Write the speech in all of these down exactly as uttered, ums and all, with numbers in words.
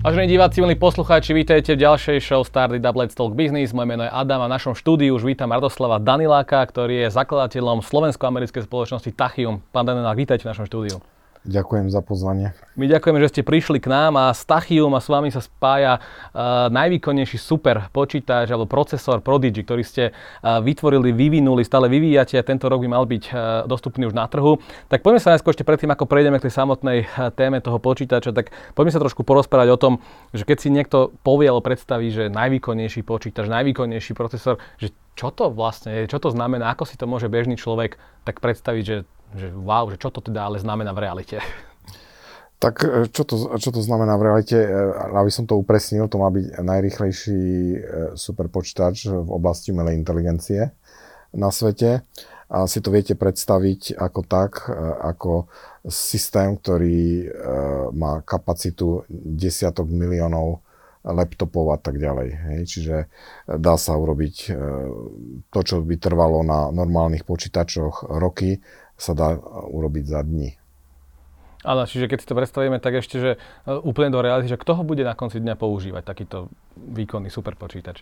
Vážení diváci, milí poslucháči, vítajte v ďalšej show Startup Let's Talk Business. Moje meno je Adam a v našom štúdiu už vítam Radoslava Daniláka, ktorý je zakladateľom slovensko-americkej spoločnosti Tachium. Pán Danilák, vítajte v našom štúdiu. Ďakujem za pozvanie. My ďakujeme, že ste prišli k nám a s Tachium a s vami sa spája uh, najvýkonnejší super počítač alebo procesor Prodigy, ktorý ste uh, vytvorili, vyvinuli, stále vyvíjate a tento rok by mal byť uh, dostupný už na trhu. Tak poďme sa najskôr ešte predtým, ako prejdeme k tej samotnej uh, téme toho počítača, tak poďme sa trošku porozprávať o tom, že keď si niekto povie alebo predstaví, že najvýkonnejší počítač, najvýkonnejší procesor, že čo to vlastne je, čo to znamená, ako si to môže bežný človek tak predstaviť, že že wow, že čo to teda ale znamená v realite? Tak čo to, čo to znamená v realite? Aby som to upresnil, to má byť najrýchlejší superpočítač v oblasti umelej inteligencie na svete. A si to viete predstaviť ako tak, ako systém, ktorý má kapacitu desiatok miliónov laptopov a tak ďalej. Hej. Čiže dá sa urobiť to, čo by trvalo na normálnych počítačoch roky, sa dá urobiť za dní. Áno, čiže keď si to predstavíme, tak ešte, že úplne do reality, že kto ho bude na konci dňa používať, takýto výkonný superpočítač?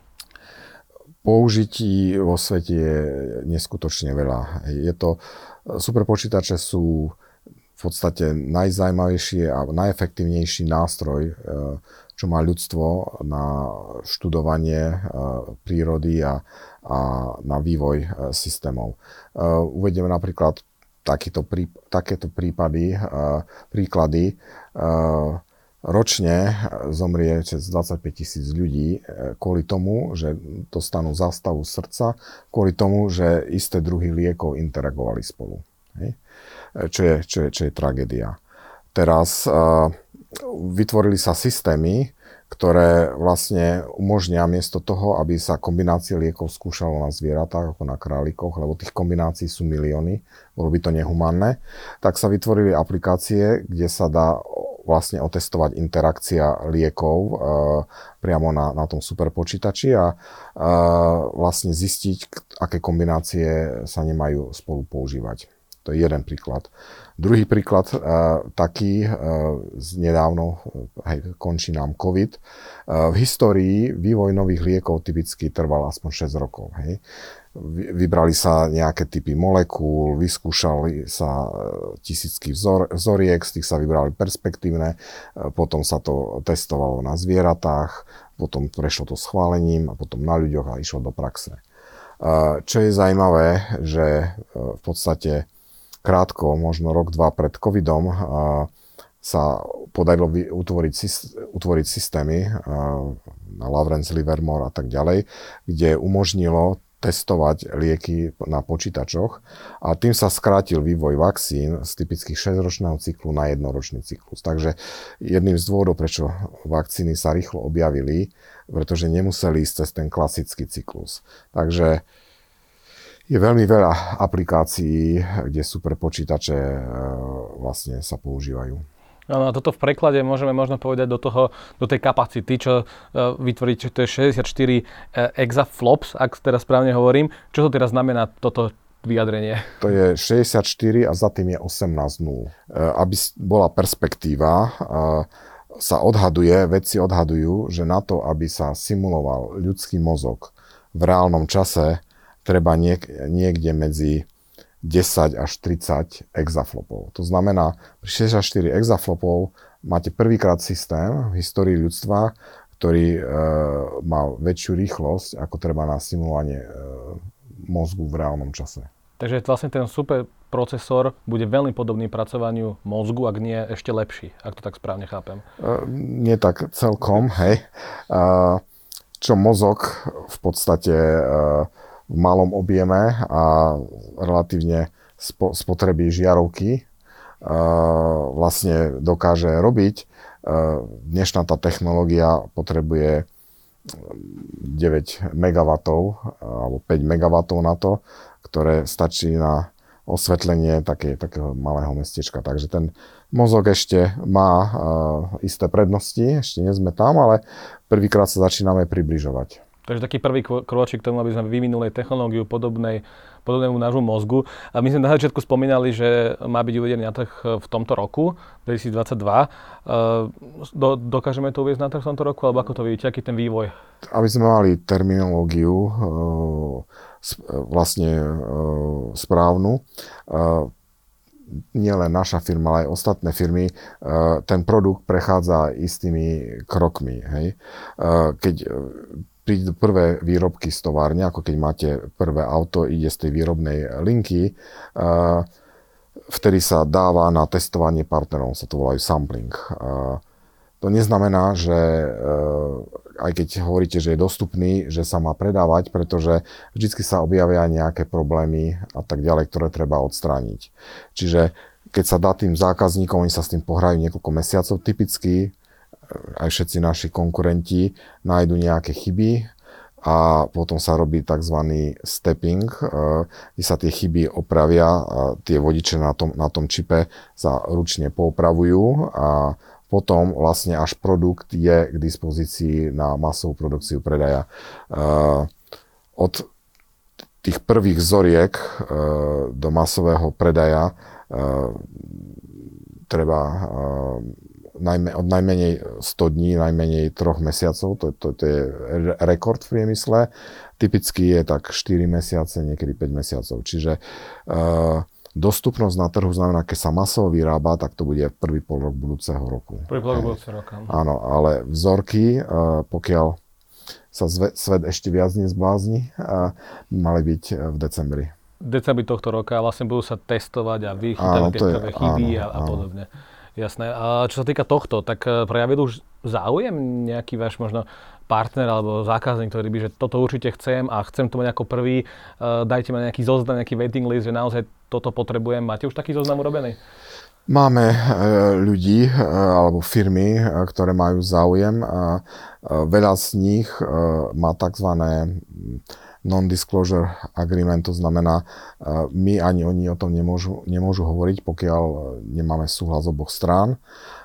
Použití vo svete je neskutočne veľa. Je to, superpočítače sú v podstate najzaujímavejší a najefektívnejší nástroj, čo má ľudstvo na študovanie prírody a, a na vývoj systémov. Uvedieme napríklad takýto prí, takéto prípady, príklady. Ročne zomrie cez dvadsaťpäť tisíc ľudí kvôli tomu, že dostanú zástavu srdca, kvôli tomu, že isté druhy liekov interagovali spolu. Hej? Čo je, čo je, čo je tragédia. Teraz vytvorili sa systémy, ktoré vlastne umožnia miesto toho, aby sa kombinácie liekov skúšalo na zvieratách ako na králikoch, lebo tých kombinácií sú milióny, bolo by to nehumánne, tak sa vytvorili aplikácie, kde sa dá vlastne otestovať interakcia liekov e, priamo na, na tom superpočítači a e, vlastne zistiť, aké kombinácie sa nemajú spolu používať. To je jeden príklad. Druhý príklad, uh, taký, uh, z nedávno, hej, končí nám COVID. Uh, v histórii vývoj nových liekov typicky trval aspoň šesť rokov. Hej. Vybrali sa nejaké typy molekúl, vyskúšali sa tisícky vzor, vzoriek, z tých sa vybrali perspektívne, uh, potom sa to testovalo na zvieratách, potom prešlo to schválením a potom na ľuďoch a išlo do praxe. Uh, čo je zaujímavé, že uh, v podstate krátko, možno rok, dva pred covidom sa podarilo utvoriť, utvoriť systémy na Lawrence, Livermore a tak ďalej, kde umožnilo testovať lieky na počítačoch a tým sa skrátil vývoj vakcín z typických šesťročného cyklu na jednoročný cyklus. Takže jedným z dôvodov, prečo vakcíny sa rýchlo objavili, pretože nemuseli ísť cez ten klasický cyklus. Takže je veľmi veľa aplikácií, kde superpočítače vlastne sa používajú. Áno, a toto v preklade môžeme možno povedať do toho, do tej kapacity, čo vytvoriť, čo to je šesťdesiatštyri exaflops, ak teraz správne hovorím. Čo to teraz znamená toto vyjadrenie? To je šesťdesiatštyri a za tým je osemnásť nul. Aby bola perspektíva, sa odhaduje, vedci odhadujú, že na to, aby sa simuloval ľudský mozog v reálnom čase, treba niek- niekde medzi desať až tridsať exaflopov. To znamená, pri šesťdesiatštyri exaflopov máte prvýkrát systém v histórii ľudstva, ktorý e, má väčšiu rýchlosť, ako treba na simulovanie e, mozgu v reálnom čase. Takže vlastne ten super procesor bude veľmi podobný pracovaniu mozgu, ak nie ešte lepší, ak to tak správne chápem. E, nie tak celkom, hej. E, čo mozog v podstate e, v malom objeme a relatívne spo, spotreby žiarovky uh, vlastne dokáže robiť. Uh, dnešná tá technológia potrebuje deväť megawattov alebo päť megawattov na to, ktoré stačí na osvetlenie také, takého malého mestečka. Takže ten mozog ešte má uh, isté prednosti, ešte nie sme tam, ale prvýkrát sa začíname približovať. Takže taký prvý krôčik k tomu, aby sme vyvinuli technológiu podobnej, podobnému nášmu mozgu. A my sme na začiatku spomínali, že má byť uvedený na trh v tomto roku, dvetisícdvadsaťdva. Do, dokážeme to uviesť na trh v tomto roku, alebo ako to vidíte, aký ten vývoj? Aby sme mali terminológiu vlastne správnu, nielen naša firma, ale aj ostatné firmy, ten produkt prechádza istými krokmi. Hej. Keď prídu prvé výrobky z továrne, ako keď máte prvé auto, ide z tej výrobnej linky, vtedy sa dáva na testovanie partnerov, sa to volajú sampling. To neznamená, že aj keď hovoríte, že je dostupný, že sa má predávať, pretože vždy sa objavia nejaké problémy a tak ďalej, ktoré treba odstrániť. Čiže keď sa dá tým zákazníkom, oni sa s tým pohrajú niekoľko mesiacov, typicky aj všetci naši konkurenti nájdu nejaké chyby a potom sa robí tzv. Stepping, kde sa tie chyby opravia a tie vodiče na tom, na tom čipe sa ručne poopravujú a potom vlastne až produkt je k dispozícii na masovú produkciu predaja. Od tých prvých vzoriek do masového predaja treba Najme, od najmenej sto dní, najmenej troch mesiacov, to, to, to je rekord v priemysle. Typicky je tak štyri mesiace, niekedy päť mesiacov. Čiže uh, dostupnosť na trhu znamená, keď sa masovo vyrába, tak to bude prvý pol rok budúceho roku. Prvý pol rok budúceho roka. Áno, ale vzorky, uh, pokiaľ sa zve, svet ešte viac nezblázni, uh, mali byť v decembri. V decembri tohto roka vlastne budú sa testovať a vychytávať tie prvé chyby a, a podobne. Jasné. A čo sa týka tohto, tak prejavil už záujem nejaký váš možno partner alebo zákazník, ktorý by, že toto určite chcem a chcem to mať ako prvý, dajte ma nejaký zoznam, nejaký waiting list, že naozaj toto potrebujem. Máte už taký zoznam urobený? Máme ľudí alebo firmy, ktoré majú záujem a veľa z nich má takzvané non-disclosure agreement, to znamená, my ani oni o tom nemôžu, nemôžu hovoriť, pokiaľ nemáme súhlas oboch strán.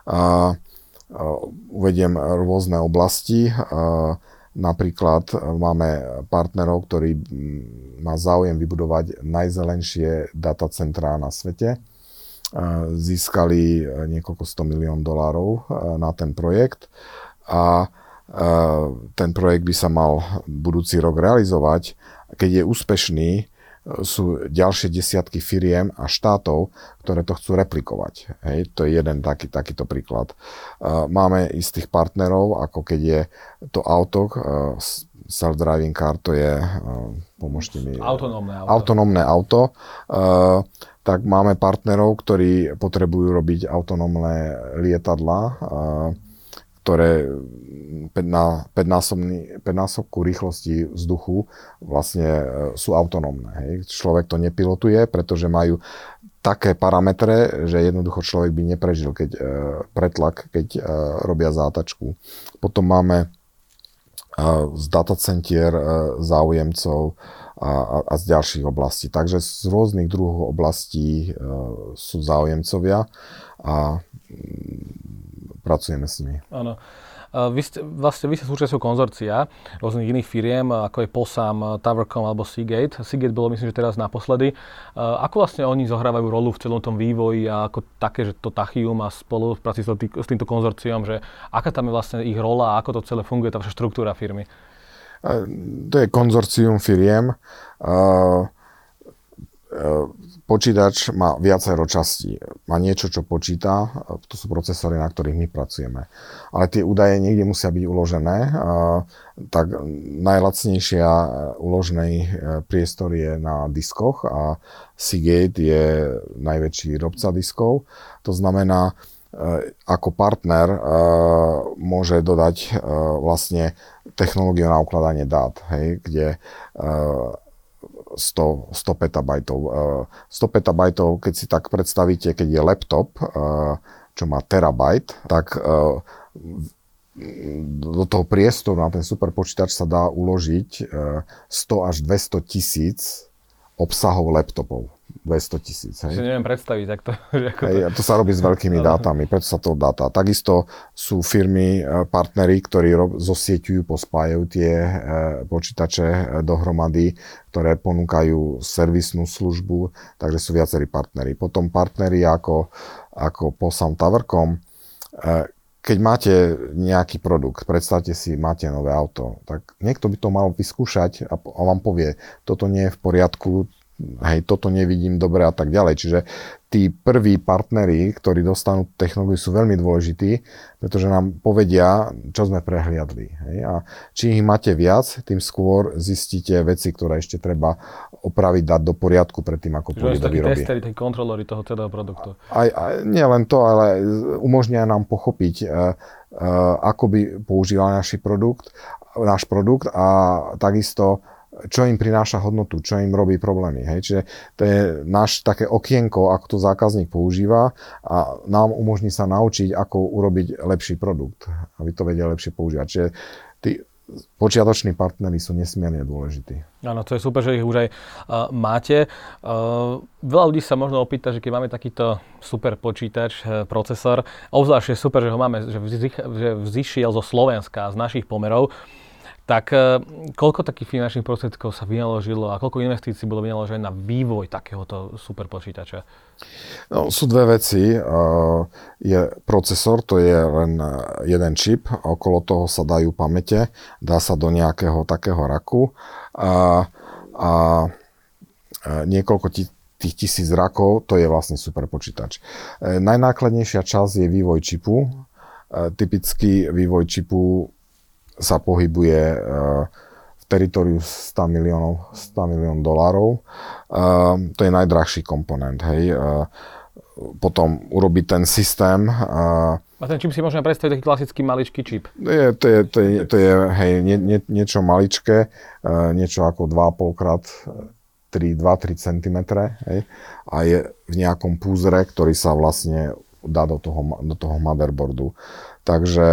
Uvediem rôzne oblasti. Napríklad máme partnerov, ktorí má záujem vybudovať najzelenšie datacentrá na svete. Získali niekoľko sto milión dolárov na ten projekt a ten projekt by sa mal budúci rok realizovať. Keď je úspešný, sú ďalšie desiatky firiem a štátov, ktoré to chcú replikovať. Hej, to je jeden taký, takýto príklad. Máme istých partnerov, ako keď je to auto, self-driving car, to je, pomôžte mi, autonómne auto. autonómne auto, tak máme partnerov, ktorí potrebujú robiť autonómne lietadlá, ktoré na päťnásobku rýchlosti vzduchu vlastne sú autonómne. Hej. Človek to nepilotuje, pretože majú také parametre, že jednoducho človek by neprežil keď, e, pretlak, keď e, robia zátačku. Potom máme e, z datacentier e, záujemcov a, a, a z ďalších oblastí. Takže z rôznych druhov oblastí e, sú záujemcovia a pracujeme s nimi. Áno. Vy ste, vlastne, vy ste súčasťou konzorcia rôznych iných firiem, ako je POSAM, Towercom alebo Seagate. Seagate bolo, myslím, že teraz naposledy. Ako vlastne oni zohrávajú rolu v celom tom vývoji a ako také, že to Tachium a spolu práci s týmto konzorciom, že aká tam je vlastne ich rola a ako to celé funguje, tá vaša štruktúra firmy? To je konzorcium firiem. Počítač má viacero častí. Má niečo, čo počíta, to sú procesory, na ktorých my pracujeme. Ale tie údaje niekde musia byť uložené. Tak najlacnejšia uložený priestor je na diskoch a Seagate je najväčší výrobca diskov. To znamená, ako partner môže dodať vlastne technológiu na ukladanie dát, hej, kde sto, sto petabajtov. sto petabajtov, keď si tak predstavíte, keď je laptop, čo má terabajt, tak do toho priestoru na ten superpočítač sa dá uložiť sto až dvesto tisíc obsahov laptopov. dvesto tisíc. Si neviem predstaviť takto. Ako hej, to... to sa robí s veľkými dátami, preto sa to dáta. Takisto sú firmy, partneri, ktorí rob, zosieťujú, pospájajú tie e, počítače dohromady, ktoré ponúkajú servisnú službu, takže sú viacerí partneri. Potom partneri ako, ako Posam Towercom. E, keď máte nejaký produkt, predstavte si, máte nové auto, tak niekto by to mal vyskúšať a, a vám povie, toto nie je v poriadku, hej, toto nevidím dobre a tak ďalej. Čiže tí prví partneri, ktorí dostanú technológiu, sú veľmi dôležití, pretože nám povedia, čo sme prehliadli. Hej. A čím ich máte viac, tým skôr zistíte veci, ktoré ešte treba opraviť, dať do poriadku pred tým, ako pôjde do výroby. Testery, tí kontrolóri toho celého produktu. Aj, aj, nie len to, ale umožňuje nám pochopiť, uh, uh, ako by používal náš produkt, náš produkt a takisto čo im prináša hodnotu, čo im robí problémy. Hej. Čiže to je náš také okienko, ako to zákazník používa a nám umožní sa naučiť, ako urobiť lepší produkt, aby to vedel lepšie používať. Čiže tí počiatoční partneri sú nesmierne dôležití. Áno, to je super, že ich už aj uh, máte. Uh, veľa ľudí sa možno opýta, že keď máme takýto super počítač, uh, procesor, obzvlášť je super, že ho máme, že, vzich, že vzýšiel zo Slovenska, z našich pomerov, tak koľko takých finančných prostriedkov sa vynaložilo a koľko investícií bolo vynaložené na vývoj takéhoto super počítača? No, sú dve veci. Je procesor, to je len jeden čip, a okolo toho sa dajú pamäte, dá sa do nejakého takého raku a, a niekoľko tí, tých tisíc rakov, to je vlastne super počítač. Najnákladnejšia časť je vývoj čipu. Typický vývoj čipu sa pohybuje v teritóriu sto miliónov, sto miliónov dolárov. To je najdrahší komponent. Hej. Potom urobiť ten systém. A ten čip si môžeme predstaviť taký klasický maličký čip. Je, to je, to je, to je hej, nie, nie, niečo maličké, niečo ako dva a pol krát tri, dva tri centimetre. Hej. A je v nejakom púzre, ktorý sa vlastne dá do toho, do toho motherboardu. Takže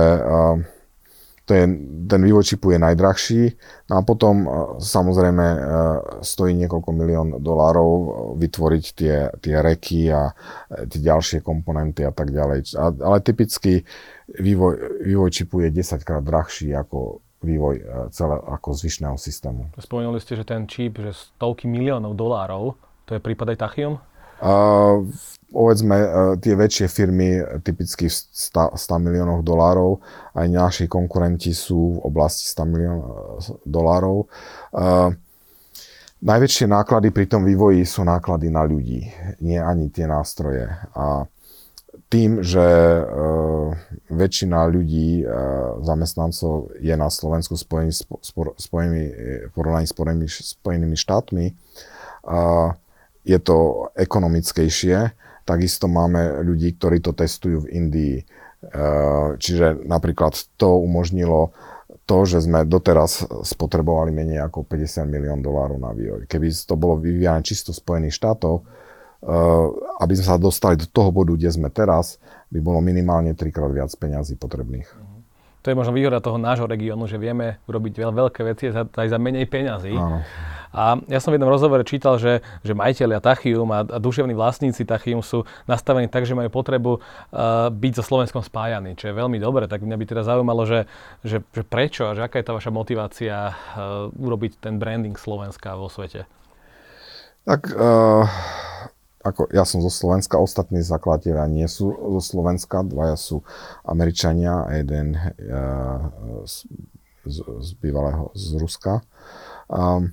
To je, ten vývoj čipu je najdrahší. No a potom samozrejme stojí niekoľko milión dolárov vytvoriť tie, tie reky a tie ďalšie komponenty a tak ďalej. A, ale typicky vývoj, vývoj čipu je desaťkrát drahší ako vývoj celé, ako zvyšného systému. Spomenuli ste, že ten čip, že stovky miliónov dolárov, to je prípad aj Tachyon? Uh, povedzme, uh, tie väčšie firmy, typicky sto, sto miliónov dolárov, aj naši konkurenti sú v oblasti sto miliónov dolárov. Uh, najväčšie náklady pri tom vývoji sú náklady na ľudí, nie ani tie nástroje. A tým, že uh, väčšina ľudí, uh, zamestnancov je na Slovensku spojený, spor, spojený, v porovnaní s Spojenými, Spojenými štátmi, uh, je to ekonomickejšie. Takisto máme ľudí, ktorí to testujú v Indii. Čiže napríklad to umožnilo to, že sme doteraz spotrebovali menej ako päťdesiat milión dolárov na vývoj. Keby to bolo vyvíjane čisto Spojených štátov, aby sme sa dostali do toho bodu, kde sme teraz, by bolo minimálne trikrát viac peňazí potrebných. To je možno výhoda toho nášho regiónu, že vieme urobiť veľké veci aj za menej peňazí. Áno. A ja som v jednom rozhovore čítal, že, že majitelia Tachyon a, a duševní vlastníci Tachyon sú nastavení tak, že majú potrebu uh, byť so Slovenskom spájaní, čo je veľmi dobre. Tak mňa by teda zaujímalo, že, že, že prečo a že aká je tá vaša motivácia uh, urobiť ten branding Slovenska vo svete? Tak uh, ako ja som zo Slovenska, ostatní zakladatelia nie sú zo Slovenska, dvaja sú Američania a jeden uh, z, z, z bývalého z Ruska. Um,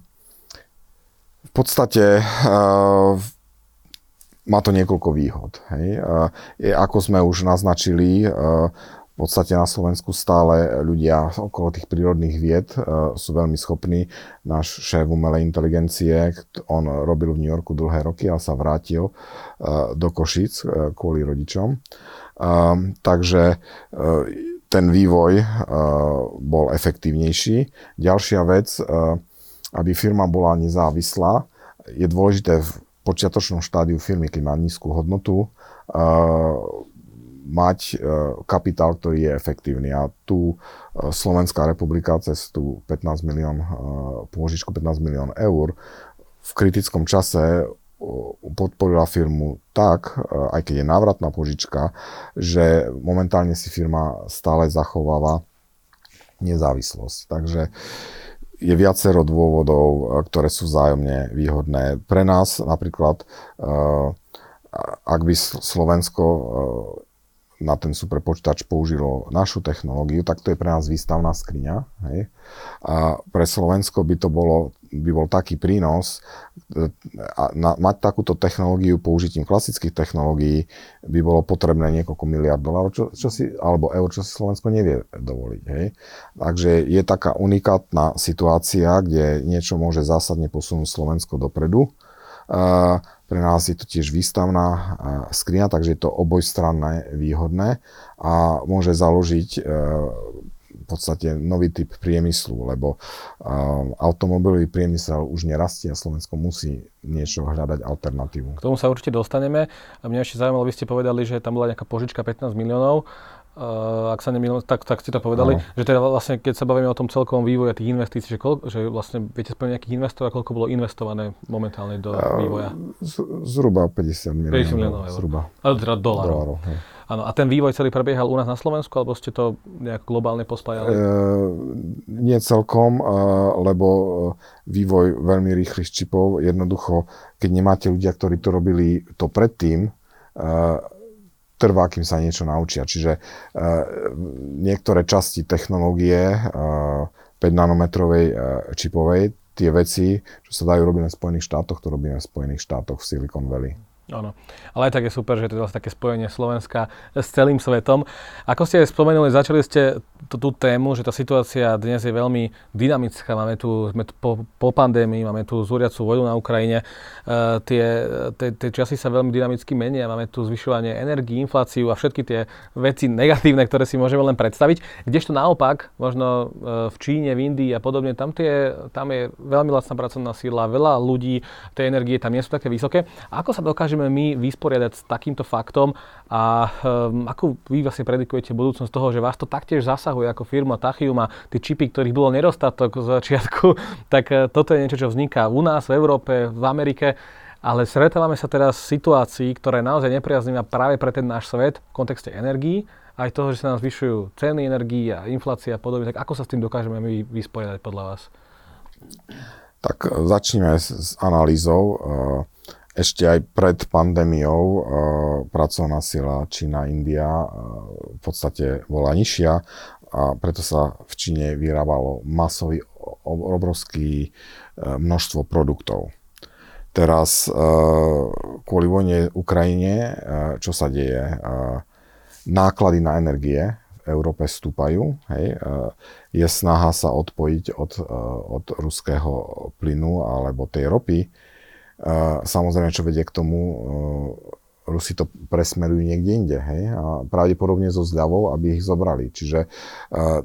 V podstate uh, má to niekoľko výhod. Hej. Uh, je, ako sme už naznačili, uh, v podstate na Slovensku stále ľudia okolo tých prírodných vied uh, sú veľmi schopní. Náš šéf umelej inteligencie, on robil v New Yorku dlhé roky a sa vrátil uh, do Košíc uh, kvôli rodičom. Uh, takže uh, ten vývoj uh, bol efektívnejší. Ďalšia vec, uh, aby firma bola nezávislá, je dôležité v počiatočnom štádiu firmy, keď má nízku hodnotu, uh, mať uh, kapitál, ktorý je efektívny. A tu uh, Slovenská republika cez tú pätnásť milión, uh, pôžičku pätnásť milión eur v kritickom čase uh, podporila firmu tak, aj keď je návratná požička, že momentálne si firma stále zachováva nezávislosť. Takže je viacero dôvodov, ktoré sú vzájomne výhodné. Pre nás napríklad, ak by Slovensko na ten superpočítač použilo našu technológiu, tak to je pre nás výstavná skriňa. Hej? A pre Slovensko by to bolo, by bol taký prínos, a na, mať takúto technológiu použitím klasických technológií by bolo potrebné niekoľko miliard dolárov, čo, čo si, alebo eur, čo si Slovensko nevie dovoliť. Hej? Takže je taká unikátna situácia, kde niečo môže zásadne posunúť Slovensko dopredu. Uh, pre nás je to tiež výstavná uh, skriňa, takže je to obojstranné výhodné a môže založiť uh, v podstate nový typ priemyslu, lebo uh, automobilový priemysel už nerastie a Slovensko musí niečo hľadať alternatívu. K tomu sa určite dostaneme. A mňa ešte zaujímalo, vy ste povedali, že tam bola nejaká požička pätnásť miliónov. Uh, ak sa nemýlim, tak, tak ste to povedali, no. Že teda vlastne, keď sa bavíme o tom celkovom vývoji a tých investícií, že, koľko, že vlastne viete spomenúť nejakých investorov, koľko bolo investované momentálne do uh, vývoja? Z, zhruba päťdesiat miliónov eur. Zhruba. Ale teda dolárov. Áno, a ten vývoj celý prebiehal u nás na Slovensku, alebo ste to nejak globálne pospájali? Uh, nie celkom, uh, lebo vývoj veľmi rýchlych čipov, jednoducho, keď nemáte ľudia, ktorí to robili to predtým, uh, trvá, kým sa niečo naučia. Čiže uh, niektoré časti technológie uh, päť nanometrovej uh, čipovej, tie veci, čo sa dajú robiť na Spojených štátoch, to robíme v Spojených štátoch v Silicon Valley. Áno, ale aj tak je super, že to je vlastne také spojenie Slovenska s celým svetom. Ako ste spomenuli, začali ste tú, tú tému, že tá situácia dnes je veľmi dynamická. Máme tu, sme tu po, po pandémii, máme tu zúriacu vojnu na Ukrajine. Uh, tie, tie, tie časy sa veľmi dynamicky menia. Máme tu zvyšovanie energií, infláciu a všetky tie veci negatívne, ktoré si môžeme len predstaviť. Kdežto naopak, možno uh, v Číne, v Indii a podobne, tam, tie, tam je veľmi lacná pracovná síla, veľa ľudí, tie energie tam nie sú také vysoké. Ako sa dokáže my vysporiadať s takýmto faktom a um, ako vy vlastne predikujete budúcnosť toho, že vás to taktiež zasahuje ako firma Tachium a tie čipy, ktorých bolo nedostatok z začiatku, tak uh, toto je niečo, čo vzniká u nás, v Európe, v Amerike, ale stretávame sa teraz v situácii, ktorá je naozaj nepriaznivá práve pre ten náš svet v kontexte energií, aj toho, že sa nám zvyšujú ceny energií a inflácia a podobne, tak ako sa s tým dokážeme my vysporiadať podľa vás? Tak začneme s, s analýzou. Ešte aj pred pandémiou e, pracovná sila Čína, India e, v podstate bola nižšia a preto sa v Číne vyrábalo masový, obrovský e, množstvo produktov. Teraz e, kvôli vojne v Ukrajine, e, čo sa deje? E, náklady na energie v Európe stúpajú. Hej? E, je snaha sa odpojiť od, e, od ruského plynu alebo tej ropy. Uh, samozrejme, čo vedie k tomu, uh, Rusi to presmerujú niekde inde, hej, a pravdepodobne so zľavou, aby ich zobrali. Čiže uh, uh,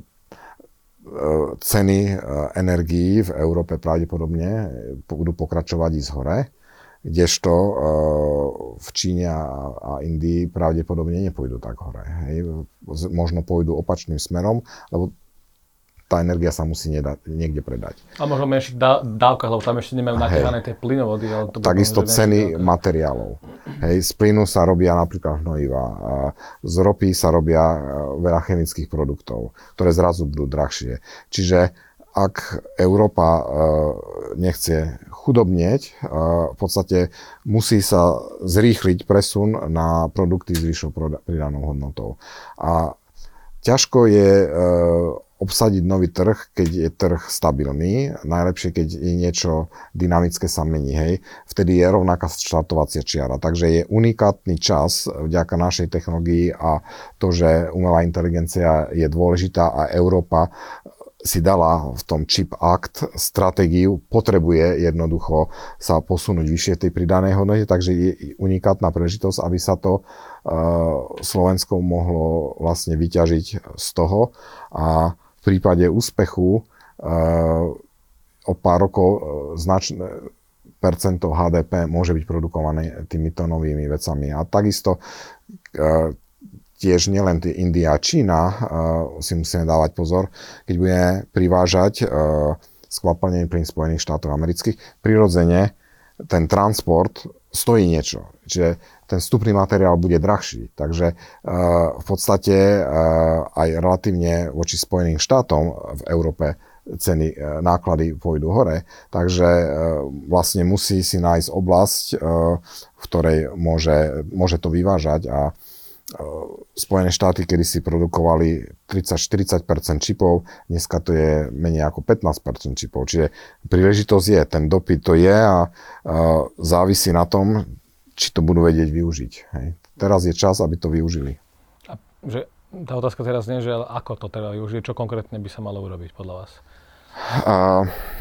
ceny uh, energií v Európe pravdepodobne budú pokračovať ísť hore, kdežto uh, v Číne a, a Indii pravdepodobne nepôjdu tak hore. Hej. Možno pôjdu opačným smerom, lebo tá energia sa musí nedať, niekde predať. A možno menších dá, dávkach, lebo tam ešte nemajú naťahané tie plynovody. Ale to takisto ceny dávka. Materiálov. Hej, z plynu sa robia napríklad hnojiva, z ropy sa robia veľa chemických produktov, ktoré zrazu budú drahšie. Čiže ak Európa nechce chudobnieť, v podstate musí sa zrýchliť presun na produkty s vyššou pridanou hodnotou. A ťažko je obsadiť nový trh, keď je trh stabilný. Najlepšie, keď je niečo dynamické sa mení. Hej. Vtedy je rovnaká štartovacia čiara. Takže je unikátny čas vďaka našej technológii a to, že umelá inteligencia je dôležitá a Európa si dala v tom Chip Act stratégiu, potrebuje jednoducho sa posunúť vyššie tej pridanej hodnote, takže je unikátna príležitosť, aby sa to uh, Slovensko mohlo vlastne vyťažiť z toho a v prípade úspechu uh, o pár rokov uh, značné percento há dé pé môže byť produkované týmito novými vecami. A takisto uh, tiež nielen India a Čína uh, si musíme dávať pozor, keď budeme privážať uh, skvapalnený plyn Spojených štátov amerických. Prirodzene ten transport stojí niečo. Čiže ten vstupný materiál bude drahší. Takže uh, v podstate uh, aj relatívne voči Spojeným štátom v Európe ceny, uh, náklady pôjdu hore. Takže uh, vlastne musí si nájsť oblasť, uh, v ktorej môže, môže to vyvážať. A Spojené štáty kedysi produkovali tridsať až štyridsať percent čipov, dneska to je menej ako pätnásť percent čipov. Čiže príležitosť je, ten dopyt to je a, a závisí na tom, či to budú vedieť využiť. Hej. Teraz je čas, aby to využili. A že tá otázka teraz nie, že ako to teda využiť, čo konkrétne by sa malo urobiť podľa vás? A,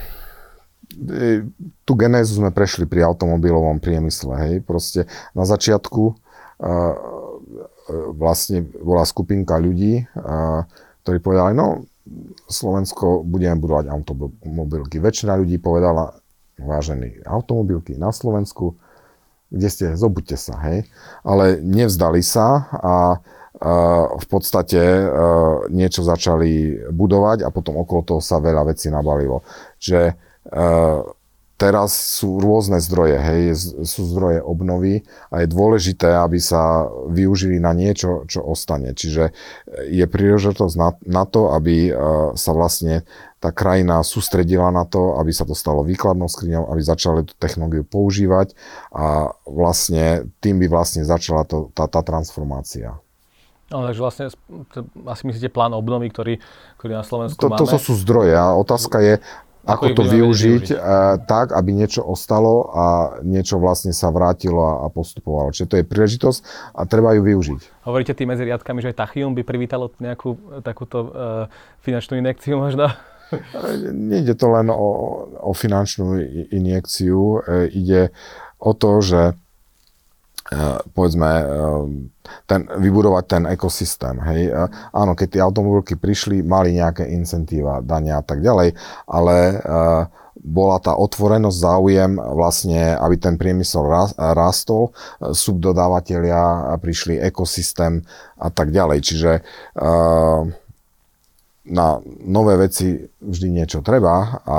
tú genézu sme prešli pri automobilovom priemysle. Hej. Proste na začiatku a, vlastne bola skupinka ľudí, a, ktorí povedali, no Slovensko budeme budovať automobilky. Väčšina ľudí povedala, vážení, automobilky na Slovensku, kde ste, zobuďte sa, hej. Ale nevzdali sa a, a v podstate a, niečo začali budovať a potom okolo toho sa veľa vecí nabalilo. Čiže a, teraz sú rôzne zdroje, hej, sú zdroje obnovy a je dôležité, aby sa využili na niečo, čo ostane. Čiže je príležitosť na, na to, aby sa vlastne tá krajina sústredila na to, aby sa to stalo výkladnou skriňou, aby začali tú technológiu používať a vlastne tým by vlastne začala to, tá, tá transformácia. No, takže vlastne asi myslíte plán obnovy, ktorý, ktorý na Slovensku to, máme? To sú zdroje a otázka je, Ako, ako to využiť, využiť uh, tak, aby niečo ostalo a niečo vlastne sa vrátilo a, a postupovalo. Čiže to je príležitosť a treba ju využiť. Hovoríte tým medzi riadkami, že aj Tachium by privítalo nejakú takúto uh, finančnú injekciu možno? Nejde to len o, o finančnú injekciu. E, ide o to, že povedzme, ten, vybudovať ten ekosystém. Hej. Áno, keď tie automobilky prišli, mali nejaké incentíva, dania a tak ďalej, ale bola tá otvorenosť, záujem vlastne, aby ten priemysel rástol, subdodávateľia prišli, ekosystém a tak ďalej. Čiže na nové veci vždy niečo treba a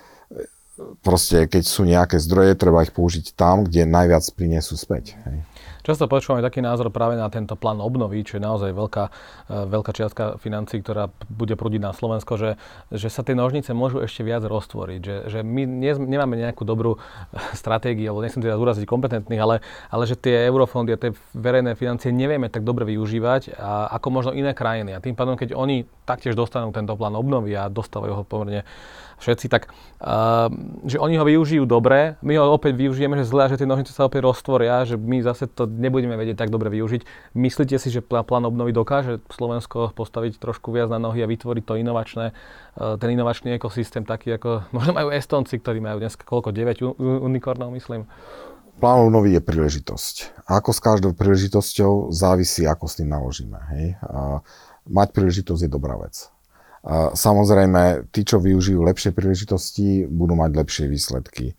proste, keď sú nejaké zdroje, treba ich použiť tam, kde najviac prinesú späť. Hej. Často počúvame taký názor práve na tento plán obnovy, čo je naozaj veľká, veľká čiastka financií, ktorá bude prúdiť na Slovensko, že, že sa tie nožnice môžu ešte viac roztvoriť. Že, že my nie, nemáme nejakú dobrú stratégiu, alebo nechcem teda zúraziť kompetentných, ale, ale že tie eurofondy a tie verejné financie nevieme tak dobre využívať a, ako možno iné krajiny. A tým pádom, keď oni taktiež dostanú tento plán obnovy a dostávajú ho pomerne všetci, tak uh, že oni ho využijú dobre, my ho opäť využijeme, že zle, že tie nožnice sa opäť roztvoria, že my zase to nebudeme vedieť tak dobre využiť. Myslíte si, že plán obnovy dokáže Slovensko postaviť trošku viac na nohy a vytvoriť to inovačné, uh, ten inovačný ekosystém taký, ako možno majú Estonci, ktorí majú dnes koľko, deväť unikornov, myslím? Plán obnovy je príležitosť. A ako s každou príležitosťou závisí, ako s tým naložíme. Hej? Uh, mať príležitosť je dobrá vec. Samozrejme, tí, čo využijú lepšie príležitosti, budú mať lepšie výsledky.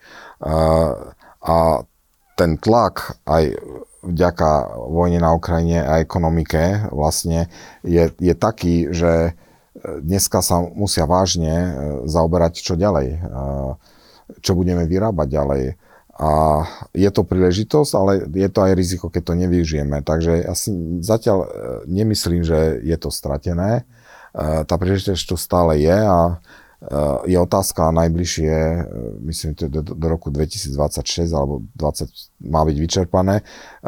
A ten tlak aj vďaka vojne na Ukrajine a ekonomike vlastne je, je taký, že dneska sa musia vážne zaoberať čo ďalej, čo budeme vyrábať ďalej. A je to príležitosť, ale je to aj riziko, keď to nevyužijeme. Takže ja si zatiaľ nemyslím, že je to stratené. Tá príležitosť tu stále je a je otázka najbližšie, myslím, do, do roku dvetisícdvadsaťšesť alebo dvadsať má byť vyčerpané.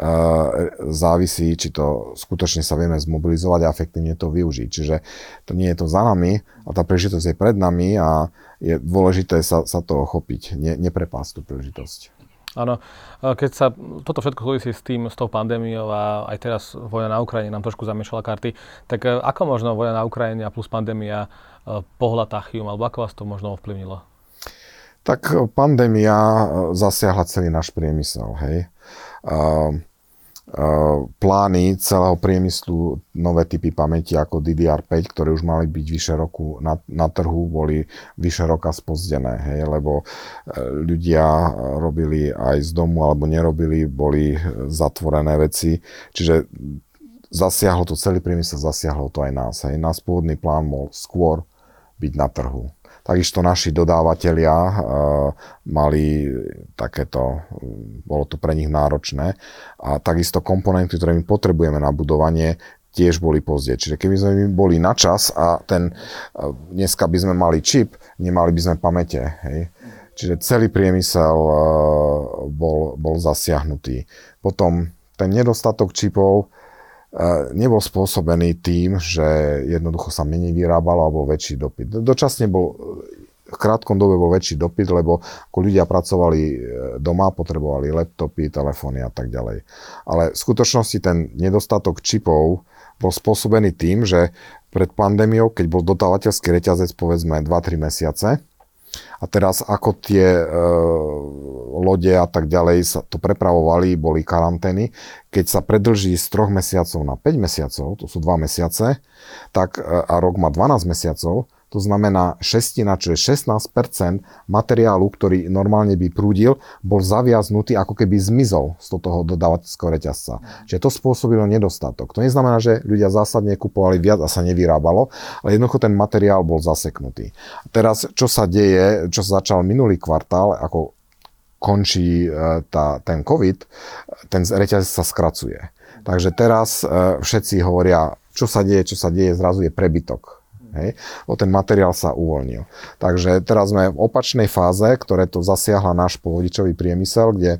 Závisí, či to skutočne sa vieme zmobilizovať a efektívne to využiť. Čiže to nie je to za nami, a tá príležitosť je pred nami a je dôležité sa, sa toho chopiť, ne, neprepásť tú príležitosť. Áno, keď sa toto všetko súvisí s tým, s tou pandémiou a aj teraz vojna na Ukrajine nám trošku zamiešala karty, tak ako možno vojna na Ukrajine a plus pandémia pohľa Tachium, alebo ako vás to možno ovplyvnilo? Tak pandémia zasiahla celý náš priemysel, hej. Uh, uh, plány celého priemyslu, nové typy pamäti ako dé dé er päť, ktoré už mali byť vyše roku na, na trhu, boli vyše roka spozdené, hej, lebo ľudia robili aj z domu alebo nerobili, boli zatvorené veci, čiže zasiahlo to celý priemysel, zasiahlo to aj nás, hej. Náš pôvodný plán bol skôr byť na trhu. takisto naši dodávateľia uh, mali takéto, bolo to pre nich náročné a takisto komponenty, ktoré my potrebujeme na budovanie, tiež boli pozdie. Čiže keby sme boli na čas a ten, uh, dneska by sme mali čip, nemali by sme pamäte, hej. Čiže celý priemysel uh, bol, bol zasiahnutý. Potom ten nedostatok čipov uh, nebol spôsobený tým, že jednoducho sa menej vyrábalo alebo väčší dopyt. Dočasne bol, v krátkom dobe bol väčší dopyt, lebo ako ľudia pracovali doma, potrebovali laptopy, telefóny a tak ďalej. Ale v skutočnosti ten nedostatok čipov bol spôsobený tým, že pred pandémiou, keď bol dodávateľský reťazec povedzme dva tri mesiace, a teraz ako tie e, lode a tak ďalej sa to prepravovali, boli karantény, keď sa predlží z troch mesiacov na päť mesiacov, to sú dva mesiace, tak, a rok má dvanásť mesiacov, to znamená šestina, čo je šestnásť percent materiálu, ktorý normálne by prúdil, bol zaviaznutý, ako keby zmizol z toho dodávateľského reťazca. Čiže to spôsobilo nedostatok. To neznamená, že ľudia zásadne kupovali viac a sa nevyrábalo, ale jednoducho ten materiál bol zaseknutý. Teraz, čo sa deje, čo sa začal minulý kvartál, ako končí tá, ten COVID, ten reťazec sa skracuje. Takže teraz všetci hovoria, čo sa deje, čo sa deje, zrazu je prebytok. Hej, o ten materiál sa uvoľnil. Takže teraz sme v opačnej fáze, ktoré to zasiahla náš polodičový priemysel, kde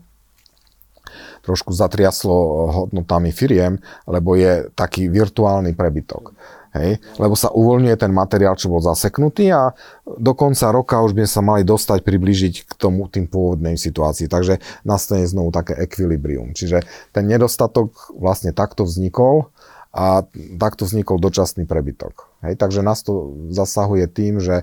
trošku zatriaslo hodnotami firiem, lebo je taký virtuálny prebytok. Hej, lebo sa uvoľňuje ten materiál, čo bol zaseknutý a do konca roka už by sa mali dostať, priblížiť k tomu tým pôvodnej situácii. Takže nastane znovu také ekvilibrium. Čiže ten nedostatok vlastne takto vznikol a takto vznikol dočasný prebytok. Hej, takže nás to zasahuje tým, že e,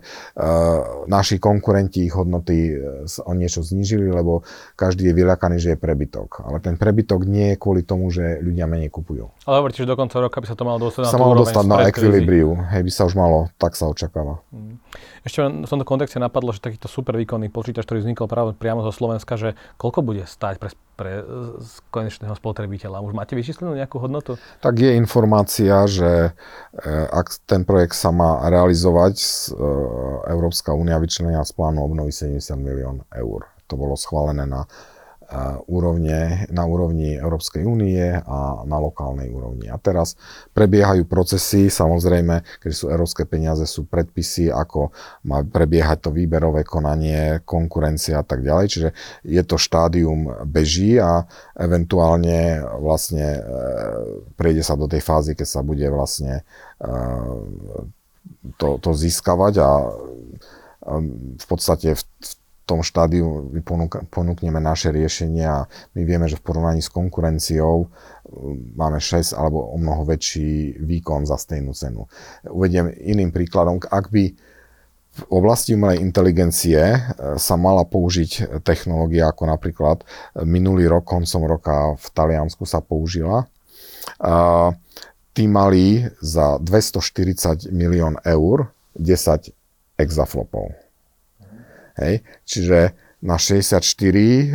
naši konkurenti ich hodnoty o niečo znížili, lebo každý je vyľakaný, že je prebytok. Ale ten prebytok nie je kvôli tomu, že ľudia menej kupujú. Ale hovoríte, že do konca roka by sa to malo dostať na sa tú malo úroveň dostať na ekvilibriu. Hej, by sa už malo, tak sa očakáva. Hmm. Ešte v tomto kontexte napadlo, že takýto super výkonný počítač, ktorý vznikol práve priamo zo Slovenska, že koľko bude stáť pre, pre konečného spotrebiteľa? Už máte vyčíslenú nejakú hodnotu? Tak je informácia, že ak ten projekt sa má realizovať, Európska únia vyčlenila z plánu obnovy sedemdesiat milión eur. To bolo schválené na úrovne, na úrovni Európskej únie a na lokálnej úrovni. A teraz prebiehajú procesy, samozrejme, keď sú európske peniaze, sú predpisy, ako má prebiehať to výberové konanie, konkurencia a tak ďalej. Čiže je to štádium beží a eventuálne vlastne prejde sa do tej fázy, keď sa bude vlastne to, to získavať a v podstate v, v tom štádiu ponúkneme naše riešenia a my vieme, že v porovnaní s konkurenciou máme šesť alebo o mnoho väčší výkon za stejnú cenu. Uvediem iným príkladom, ak by v oblasti umelej inteligencie sa mala použiť technológia, ako napríklad minulý rok, koncom roka v Taliansku sa použila, tí mali za dvestoštyridsať milión eur desať exaflopov. Hej. Čiže na šesťdesiatštyri uh,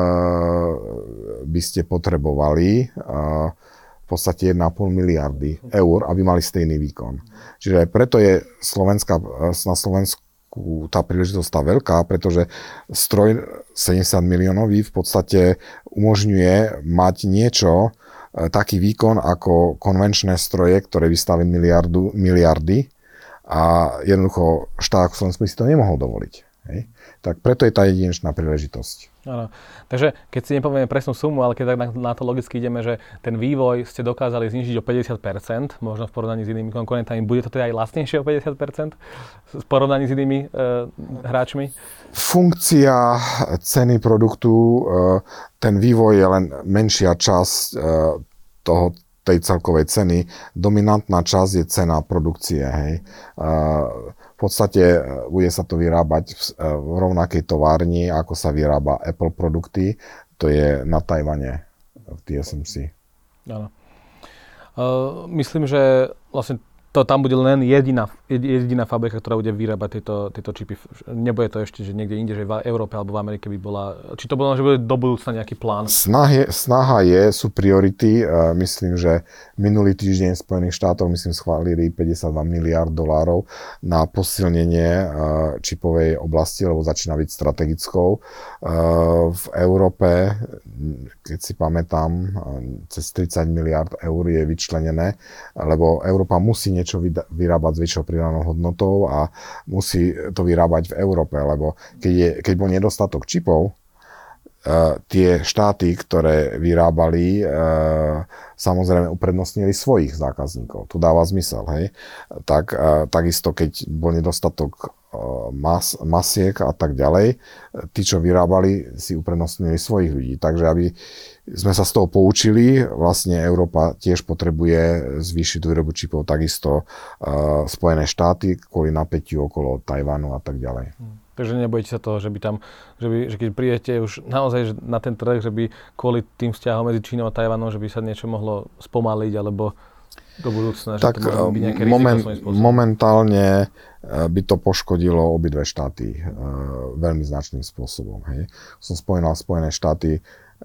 by ste potrebovali uh, v podstate jeden a pol miliardy eur, aby mali stejný výkon. Čiže preto je Slovenská, na Slovensku tá príležitosť tá veľká, pretože stroj sedemdesiat miliónový v podstate umožňuje mať niečo, uh, taký výkon ako konvenčné stroje, ktoré by stali miliardu, miliardy a jednoducho štát Slovensku si to nemohol dovoliť. Hej. Tak preto je tá jedinečná príležitosť. Áno. Takže keď si nepovieme presnú sumu, ale keď tak na, na to logicky ideme, že ten vývoj ste dokázali znižiť o päťdesiat percent, možno v porovnaní s inými konkurentami, bude to teda aj lacnejšie o päťdesiat percent v porovnaní s inými e, hráčmi? Funkcia ceny produktu, e, ten vývoj je len menšia časť e, toho, tej celkovej ceny. Dominantná časť je cena produkcie. Hej. E, V podstate bude sa to vyrábať v rovnakej továrni, ako sa vyrába Apple produkty. To je na Tajvane v té es em cé. Áno. Uh, myslím, že vlastne to tam bude len jediná, jediná fabrika, ktorá bude vyrábať tieto, tieto čipy. Nebude to ešte, že niekde inde, že v Európe alebo v Amerike by bola... Či to bolo, že bude do budúcna nejaký plán? Snaha, snaha je, sú priority. Uh, myslím, že minulý týždeň Spojených štátov, myslím, schválili päťdesiatdva miliárd dolárov na posilnenie uh, čipovej oblasti, lebo začína byť strategickou. Uh, v Európe, keď si pamätám, uh, cez tridsať miliárd eur je vyčlenené, lebo Európa musí niečo vyrábať s väčšou pridanou hodnotou a musí to vyrábať v Európe, lebo keď, je, keď bol nedostatok čipov, uh, tie štáty, ktoré vyrábali, uh, samozrejme uprednostnili svojich zákazníkov. To dáva zmysel, hej. Tak, uh, takisto, keď bol nedostatok uh, mas, masiek a tak ďalej, tí, čo vyrábali, si uprednostnili svojich ľudí. Takže aby sme sa z toho poučili, vlastne Európa tiež potrebuje zvýšiť výrobu čipov, takisto uh, Spojené štáty kvôli napätiu okolo Tajvanu a tak ďalej. Hmm. Takže nebojte sa toho, že by tam, že, by, že keď prídete už naozaj na ten trh, že by kvôli tým vzťahom medzi Čínou a Tajvanom, že by sa niečo mohlo spomaliť, alebo do budúcna, tak, že to môže byť nejaké moment, riziko svojím spôsobom. Momentálne by to poškodilo obidve štáty uh, veľmi značným spôsobom. Hej. Som spomínal Spojené štáty,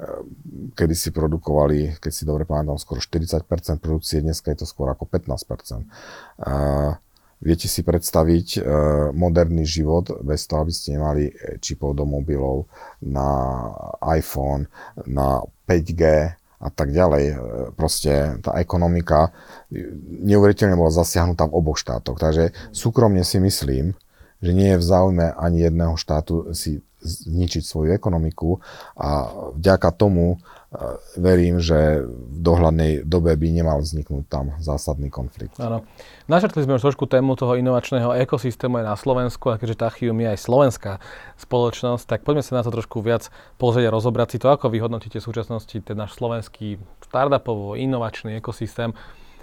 kedy si produkovali, keď si dobre pamätám, skoro štyridsať percent produkcie, dneska je to skôr ako pätnásť percent. Uh, viete si predstaviť uh, moderný život bez toho, aby ste nemali čipov do mobilov, na iPhone, na päť G a tak ďalej. Proste tá ekonomika neuveriteľne bola zasiahnutá v oboch štátoch. Takže súkromne si myslím, že nie je v záujme ani jedného štátu si zničiť svoju ekonomiku a vďaka tomu verím, že v dohľadnej dobe by nemal vzniknúť tam zásadný konflikt. Áno. Načrtli sme už trošku tému toho inovačného ekosystému aj na Slovensku, a keďže Tachium je aj slovenská spoločnosť, tak poďme sa na to trošku viac pozrieť a rozobrať si to, ako vy hodnotíte v súčasnosti ten náš slovenský startupovo inovačný ekosystém.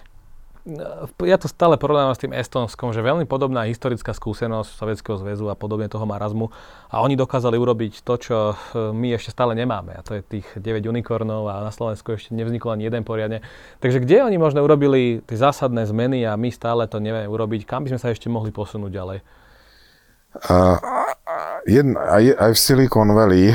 Ja to stále porovnávam s tým Estonskom, že veľmi podobná historická skúsenosť Sovietskeho zväzu a podobne toho marazmu a oni dokázali urobiť to, čo my ešte stále nemáme, a to je tých deväť unikornov a na Slovensku ešte nevznikol ani jeden poriadne. Takže kde oni možno urobili tie zásadné zmeny a my stále to nevieme urobiť? Kam by sme sa ešte mohli posunúť ďalej? Uh, jedna, aj, aj v Silicon Valley uh,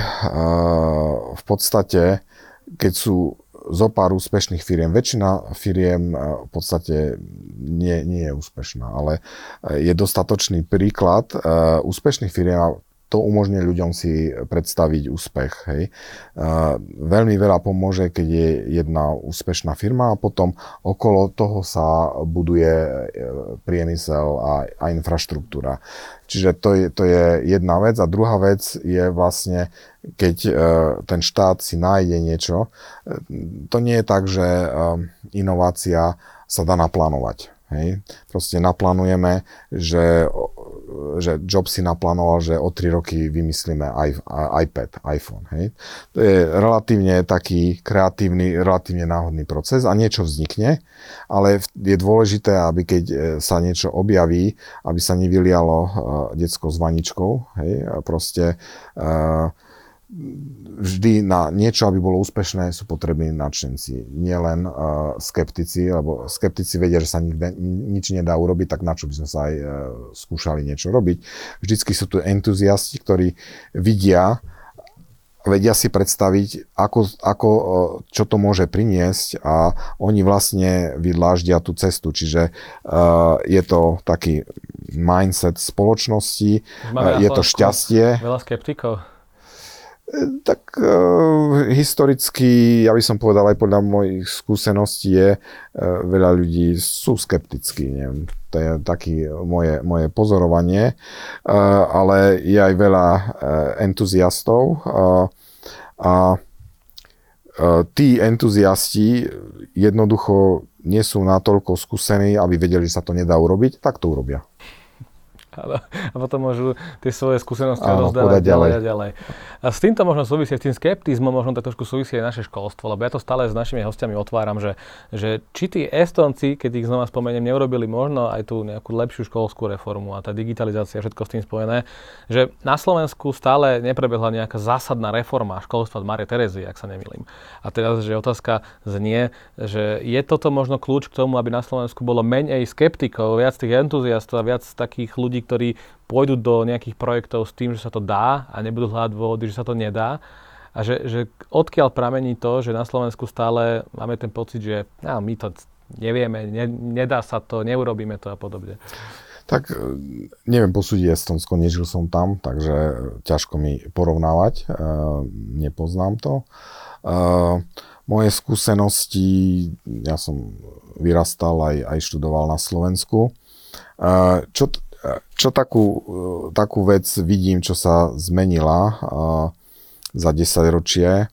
v podstate, keď sú zo pár úspešných firiem. Väčšina firiem v podstate nie, nie je úspešná, ale je dostatočný príklad úspešných firiem a to umožňuje ľuďom si predstaviť úspech. Hej. Veľmi veľa pomôže, keď je jedna úspešná firma a potom okolo toho sa buduje priemysel a, a infraštruktúra. Čiže to je, to je jedna vec. A druhá vec je vlastne, keď uh, ten štát si nájde niečo, to nie je tak, že uh, inovácia sa dá naplánovať. Hej. Proste naplánujeme, že, že Jobs si naplánoval, že o tri roky vymyslíme i, iPad, iPhone. Hej. To je relatívne taký kreatívny, relatívne náhodný proces a niečo vznikne, ale je dôležité, aby keď sa niečo objaví, aby sa nevylialo uh, decko s vaničkou. Hej. A proste uh, vždy na niečo, aby bolo úspešné, sú potrební nadšenci. Nie len uh, skeptici, lebo skeptici vedia, že sa nikde, nič nedá urobiť, tak na čo by sme sa aj uh, skúšali niečo robiť. Vždycky sú tu entuziasti, ktorí vidia, vedia si predstaviť, ako, ako, čo to môže priniesť a oni vlastne vydláždia tú cestu. Čiže uh, je to taký mindset spoločnosti, uh, je to šťastie. Veľa skeptikov. Tak uh, historicky, ja by som povedal aj podľa mojich skúseností je, uh, veľa ľudí sú skeptickí, neviem, to je taký moje, moje pozorovanie, uh, ale je aj veľa uh, entuziastov uh, a uh, tí entuziasti jednoducho nie sú natoľko skúsení, aby vedeli, že sa to nedá urobiť, tak to urobia. A potom môžu tie svoje skúsenosti Áno, rozdávať ďalej ďalej a ďalej. A s týmto možno súvisí, s tým skeptizmom možno tak trošku súvisí aj naše školstvo, lebo ja to stále s našimi hostiami otváram, že, že či tí Estonci, keď ich znova spomeniem, neurobili možno aj tú nejakú lepšiu školskú reformu a tá digitalizácia, všetko s tým spojené, že na Slovensku stále neprebehla nejaká zásadná reforma školstva od Márie Terezie, ak sa nemýlim. A teraz, že otázka znie, že je toto možno kľúč k tomu, aby na Slovensku bolo menej skeptikov, viac tých entuziastov a viac takých ľudí, ktorí pôjdu do nejakých projektov s tým, že sa to dá a nebudú hľadať dôvody, že sa to nedá. A že, že odkiaľ pramení to, že na Slovensku stále máme ten pocit, že no, my to nevieme, ne, nedá sa to, neurobíme to a podobne. Tak neviem posúdiť Estonsko, nežil som tam, takže ťažko mi porovnávať, nepoznám to. Moje skúsenosti, ja som vyrastal aj, aj študoval na Slovensku. Čo, čo takú, takú vec vidím, čo sa zmenila za desaťročie.